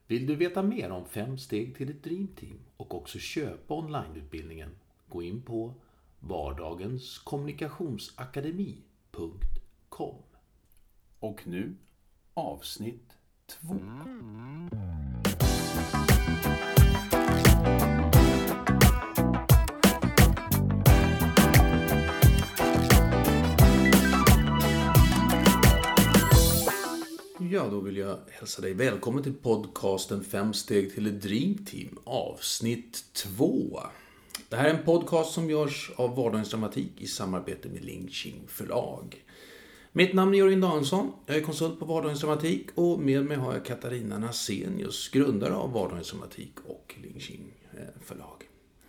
Vill du veta mer om 5 steg till ett Dreamteam och också köpa onlineutbildningen? Gå in på vardagens-kommunikationsakademi.com. Och nu avsnitt 2. Ja, då vill jag hälsa dig välkommen till podcasten 5 steg till ett Dreamteam, avsnitt 2. Det här är en podcast som görs av Vardagens Dramatik i samarbete med Lingqing förlag. Mitt namn är Jörgen Danielsson, jag är konsult på Vardagens Dramatik och med mig har jag Katarina Nasenius, grundare av Vardagens Dramatik och Lingqing förlag.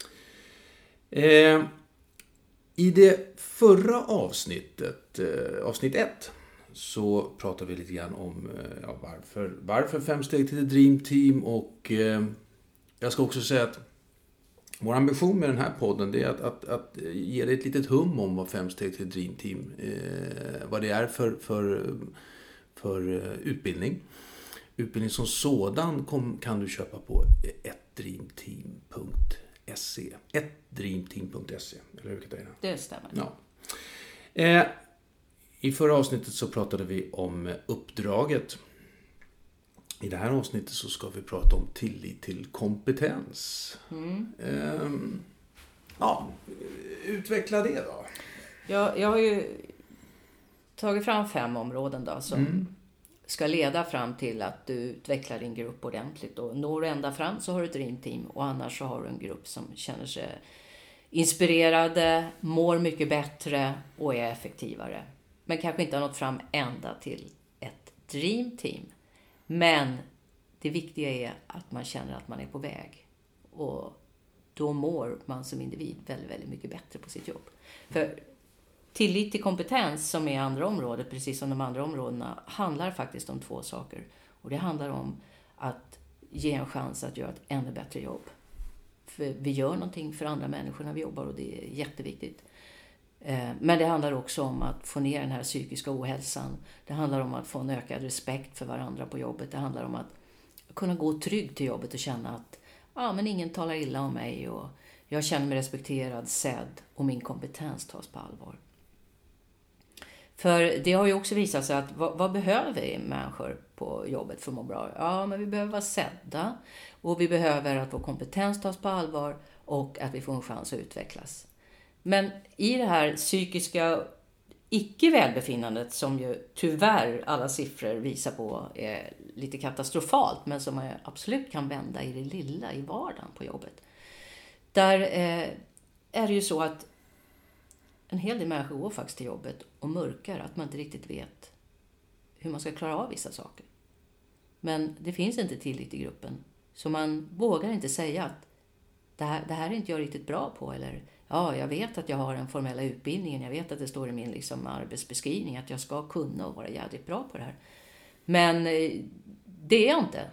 I det förra avsnittet, avsnitt 1, så pratar vi lite grann om varför 5 steg till ett Dreamteam, och jag ska också säga att vår ambition med den här podden det är att ge dig ett litet hum om vad 5 steg till ett Dreamteam, vad det är för utbildning. Utbildning som sådan kan du köpa på ettdreamteam.se. Ettdreamteam.se, eller hur Katarina? Det stämmer. Ja. I förra avsnittet så pratade vi om uppdraget. I det här avsnittet så ska vi prata om tillit till kompetens. Utveckla det då. Jag har ju tagit fram 5 områden då som ska leda fram till att du utvecklar din grupp ordentligt. Och når du ända fram så har du ett Dreamteam, och annars så har du en grupp som känner sig inspirerade, mår mycket bättre och är effektivare. Men kanske inte har nått fram ända till ett Dreamteam. Men det viktiga är att man känner att man är på väg. Och då mår man som individ väldigt, väldigt mycket bättre på sitt jobb. För tillit till kompetens, som är andra området, precis som de andra områdena, handlar faktiskt om 2 saker. Och det handlar om att ge en chans att göra ett ännu bättre jobb. För vi gör någonting för andra människor när vi jobbar, och det är jätteviktigt. Men det handlar också om att få ner den här psykiska ohälsan. Det handlar om att få en ökad respekt för varandra på jobbet. Det handlar om att kunna gå trygg till jobbet och känna att men ingen talar illa om mig, och jag känner mig respekterad, sedd, och min kompetens tas på allvar. För det har ju också visat sig att vad behöver vi människor på jobbet för att må bra? Ja, men vi behöver vara sedda, och vi behöver att vår kompetens tas på allvar och att vi får en chans att utvecklas. Men i det här psykiska icke-välbefinnandet, som ju tyvärr alla siffror visar på är lite katastrofalt, men som man absolut kan vända i det lilla i vardagen på jobbet. Där är det ju så att en hel del människor går faktiskt till jobbet och mörkar att man inte riktigt vet hur man ska klara av vissa saker. Men det finns inte tillit i gruppen, så man vågar inte säga att det här är inte jag riktigt bra på, eller jag vet att jag har den formella utbildningen, jag vet att det står i min arbetsbeskrivning att jag ska kunna och vara jävligt bra på det här. Men det är jag inte.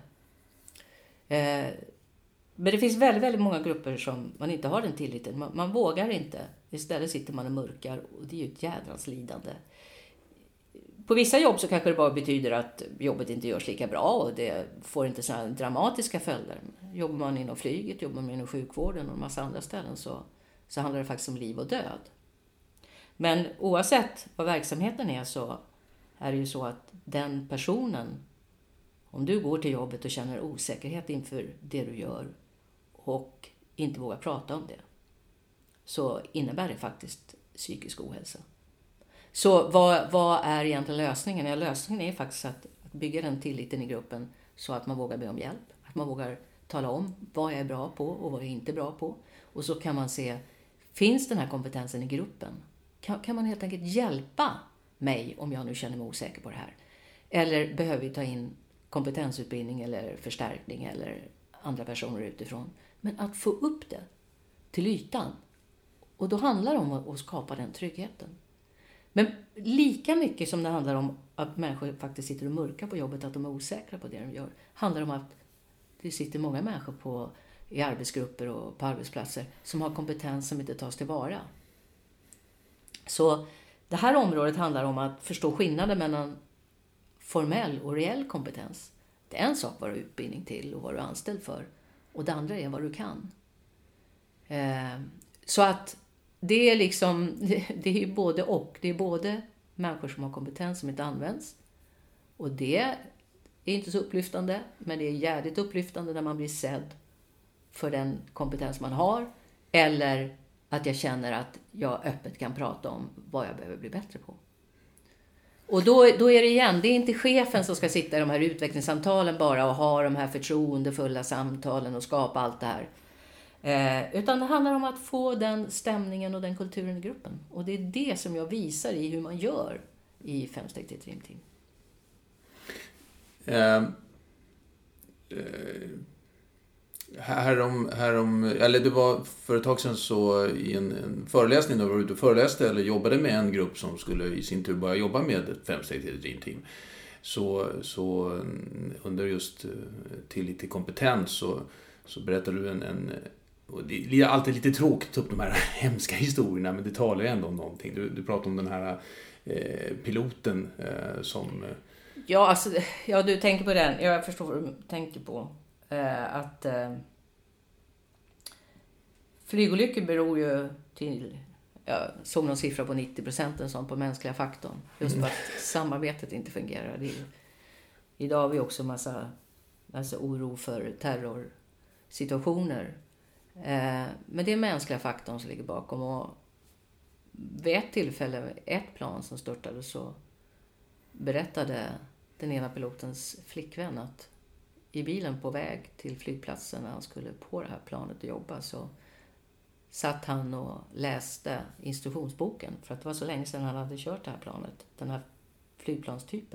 Men det finns väldigt, väldigt många grupper som man inte har den tilliten. Man vågar inte. Istället sitter man och mörkar, och det är ju ett jädrans lidande. På vissa jobb så kanske det bara betyder att jobbet inte görs lika bra, och det får inte sådana dramatiska följder. Jobbar man inom flyget, jobbar man inom sjukvården och en massa andra ställen, så handlar det faktiskt om liv och död. Men oavsett vad verksamheten är, så är det ju så att den personen, om du går till jobbet och känner osäkerhet inför det du gör och inte vågar prata om det, så innebär det faktiskt psykisk ohälsa. Så vad är egentligen lösningen? Ja, lösningen är faktiskt att bygga den tilliten i gruppen, så att man vågar be om hjälp. Att man vågar tala om vad jag är bra på och vad jag inte är bra på. Och så kan man se, finns den här kompetensen i gruppen? Kan man helt enkelt hjälpa mig om jag nu känner mig osäker på det här? Eller behöver vi ta in kompetensutbildning eller förstärkning eller andra personer utifrån? Men att få upp det till ytan. Och då handlar det om att skapa den tryggheten. Men lika mycket som det handlar om att människor faktiskt sitter och mörkar på jobbet, att de är osäkra på det de gör, handlar det om att det sitter många människor i arbetsgrupper och på arbetsplatser som har kompetens som inte tas tillvara. Så det här området handlar om att förstå skillnaden mellan formell och reell kompetens. Det är en sak vad du har utbildning till och vad du är anställd för. Och det andra är vad du kan. Så att det är liksom, det är ju både och. Det är både människor som har kompetens som inte används. Och det är inte så upplyftande, men det är jävligt upplyftande när man blir sedd för den kompetens man har. Eller att jag känner att jag öppet kan prata om vad jag behöver bli bättre på. Och då är det igen, det är inte chefen som ska sitta i de här utvecklingssamtalen bara och ha de här förtroendefulla samtalen och skapa allt det här. Utan det handlar om att få den stämningen och den kulturen i gruppen. Och det är det som jag visar i hur man gör i 5 steg till ett dreamteam. Eller det var för ett tag sedan så i en föreläsning då var du ute och föreläste eller jobbade med en grupp som skulle i sin tur börja jobba med 5 steg till ett dreamteam. Så under just tillit till kompetens så berättade du och det är alltid lite tråkigt att ta upp de här hemska historierna, men det talar ju ändå om någonting. Du pratar om den här piloten som... Ja, alltså, ja, du tänker på den. Jag förstår vad du tänker på. Att flygolyckor beror ju till, såg någon siffra på 90% sånt på mänskliga faktorn. Just för att samarbetet inte fungerar. Idag har vi också massa oro för terrorsituationer. Men det är mänskliga faktorn som ligger bakom. Och vid ett tillfälle, ett plan som störtade, så berättade den ena pilotens flickvän att i bilen på väg till flygplatsen när han skulle på det här planet och jobba, så satt han och läste instruktionsboken. För att det var så länge sedan han hade kört det här planet, den här flygplanstypen.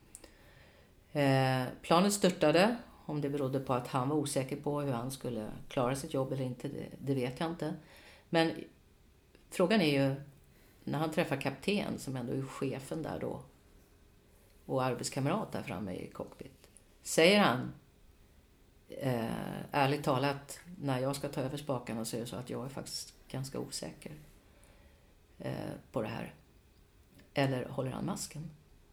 Planet störtade. Om det berodde på att han var osäker på hur han skulle klara sitt jobb eller inte, det vet jag inte. Men frågan är ju, när han träffar kapten som ändå är chefen där då och arbetskamrat där framme i cockpit, säger han ärligt talat, när jag ska ta över spakarna så är det så att jag är faktiskt ganska osäker på det här. Eller håller han masken?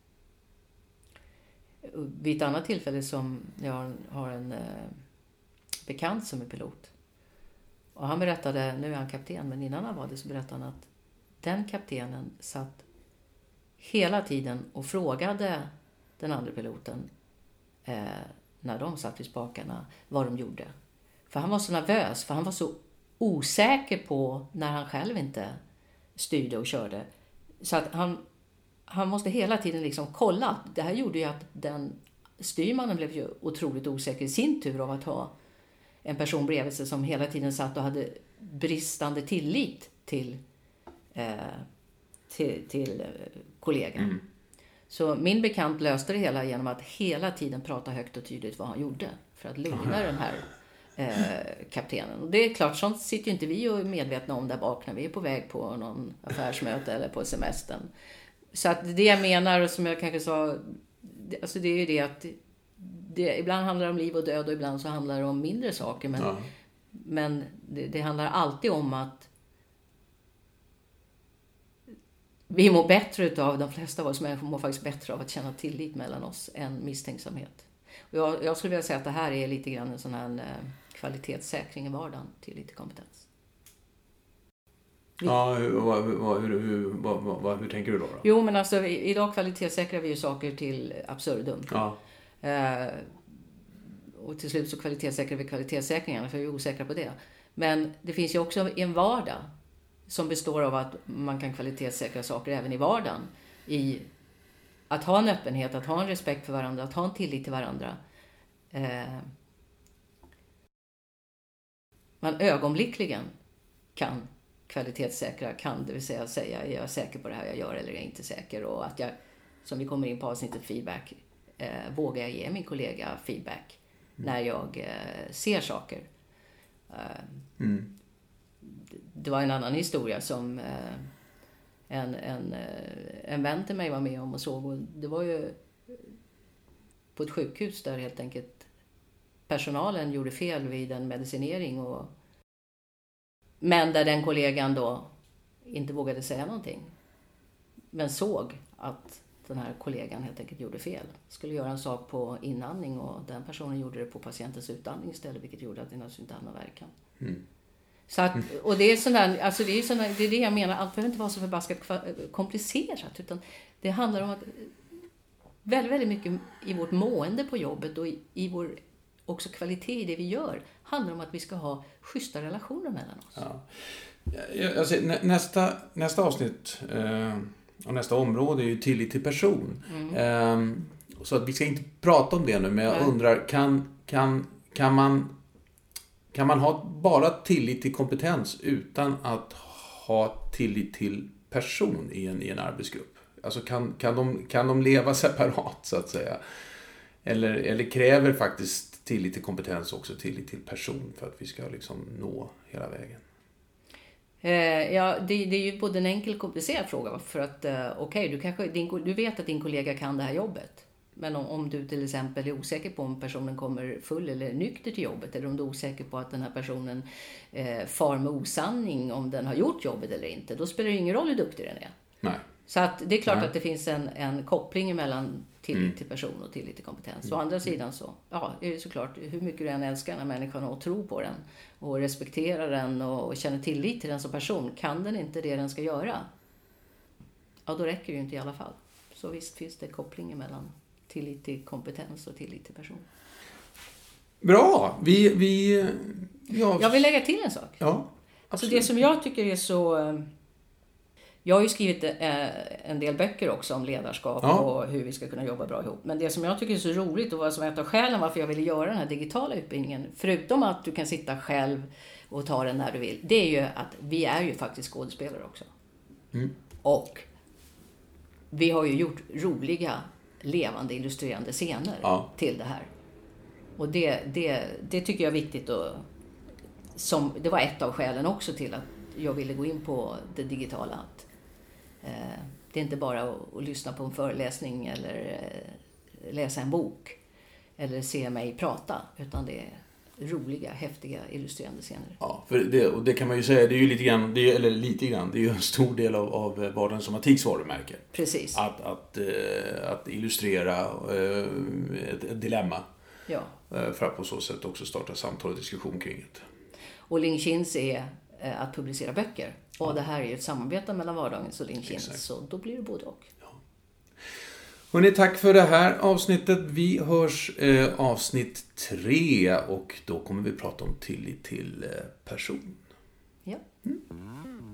Vid ett annat tillfälle som jag har en bekant som är pilot. Och han berättade, nu är han kapten, men innan han var det så berättade han att den kaptenen satt hela tiden och frågade den andra piloten när de satt vid spakarna vad de gjorde. För han var så nervös, för han var så osäker på när han själv inte styrde och körde. Så att han måste hela tiden liksom kolla. Det här gjorde ju att den styrmannen blev ju otroligt osäker i sin tur av att ha en person bredvid sig som hela tiden satt och hade bristande tillit till kollegan. Mm. Så min bekant löste det hela genom att hela tiden prata högt och tydligt vad han gjorde för att lugna den här kaptenen. Och det är klart, sånt sitter ju inte vi och är medvetna om där bak när vi är på väg på någon affärsmöte eller på semestern. Så att det jag menar, och som jag kanske sa, alltså det är ju det att det ibland handlar det om liv och död och ibland så handlar det om mindre saker. Men det handlar alltid om att vi mår bättre utav, de flesta av oss människor mår faktiskt bättre av att känna tillit mellan oss än misstänksamhet. Och jag skulle vilja säga att det här är lite grann en sån här kvalitetssäkring i vardagen, tillit till kompetens. Ja, hur tänker du då? Jo, men alltså idag kvalitetssäkrar vi ju saker till absurdum. Ja. Och till slut så kvalitetssäkrar vi kvalitetssäkringarna för vi är osäkra på det. Men det finns ju också en vardag som består av att man kan kvalitetssäkra saker även i vardagen. I att ha en öppenhet, att ha en respekt för varandra, att ha en tillit till varandra. Man ögonblickligen kan kvalitetssäkra, kan det vill säga är jag säker på det här jag gör eller är jag inte säker. Och att jag, som vi kommer in på avsnittet feedback, vågar jag ge min kollega feedback när jag ser saker. Det var en annan historia som en vän till mig var med om och såg. Och det var ju på ett sjukhus där helt enkelt personalen gjorde fel vid en medicinering. Men där den kollegan då inte vågade säga någonting. Men såg att den här kollegan helt enkelt gjorde fel. Skulle göra en sak på inandning och den personen gjorde det på patientens utandning istället, vilket gjorde att det naturligtvis inte hade någon verkan. Så att, och det är sådär, alltså det är det jag menar, allt behöver inte vara så förbaskat komplicerat, utan det handlar om att väldigt, väldigt mycket i vårt mående på jobbet och i vår också kvalitet i det vi gör handlar om att vi ska ha schyssta relationer mellan oss. Ja. Alltså, nästa avsnitt och nästa område är ju tillit till person. Så att vi ska inte prata om det nu, men jag undrar, kan man ha bara tillit till kompetens utan att ha tillit till person i en arbetsgrupp? Alltså kan de leva separat så att säga? Eller kräver faktiskt tillit till kompetens också tillit till person för att vi ska liksom nå hela vägen? Ja, det är ju både en enkel och komplicerad fråga. För att du vet att din kollega kan det här jobbet. Men om du till exempel är osäker på om personen kommer full eller nykter till jobbet, eller om du är osäker på att den här personen far med osanning om den har gjort jobbet eller inte, då spelar det ingen roll hur duktig den är. Nej. Så att det är klart att det finns en koppling mellan tillit till person och tillit till kompetens. Å andra sidan så, är det såklart hur mycket du än älskar den här människan och tror på den och respekterar den och känner tillit till den som person, kan den inte det den ska göra, då räcker det ju inte i alla fall. Så visst finns det koppling mellan tillit till kompetens och tillit till person. Bra! Jag vill lägga till en sak. Ja, alltså det som jag tycker är så... Jag har ju skrivit en del böcker också om ledarskap och hur vi ska kunna jobba bra ihop. Men det som jag tycker är så roligt och vad som är ett av skälen varför jag ville göra den här digitala utbildningen, förutom att du kan sitta själv och ta den när du vill, det är ju att vi är ju faktiskt skådespelare också. Och vi har ju gjort roliga, levande, illustrerande scener till det här. Och det tycker jag är viktigt. Det var ett av skälen också till att jag ville gå in på det digitala. Att, det är inte bara att lyssna på en föreläsning eller läsa en bok eller se mig prata, utan det är roliga, häftiga, illustrerande scener. Ja, för det kan man ju säga, det är ju lite grann, det är ju en stor del av vardagens somatiks varumärke. Precis. Att illustrera ett dilemma. Ja. För att på så sätt också starta samtal och diskussion kring det. Och Ling Chins är att publicera böcker. Och det här är ju ett samarbete mellan vardagens och Ling Chins. Så då blir det både och. Ja. Hörrni, tack för det här avsnittet. Vi hörs avsnitt 3 och då kommer vi prata om tillit till person. Ja.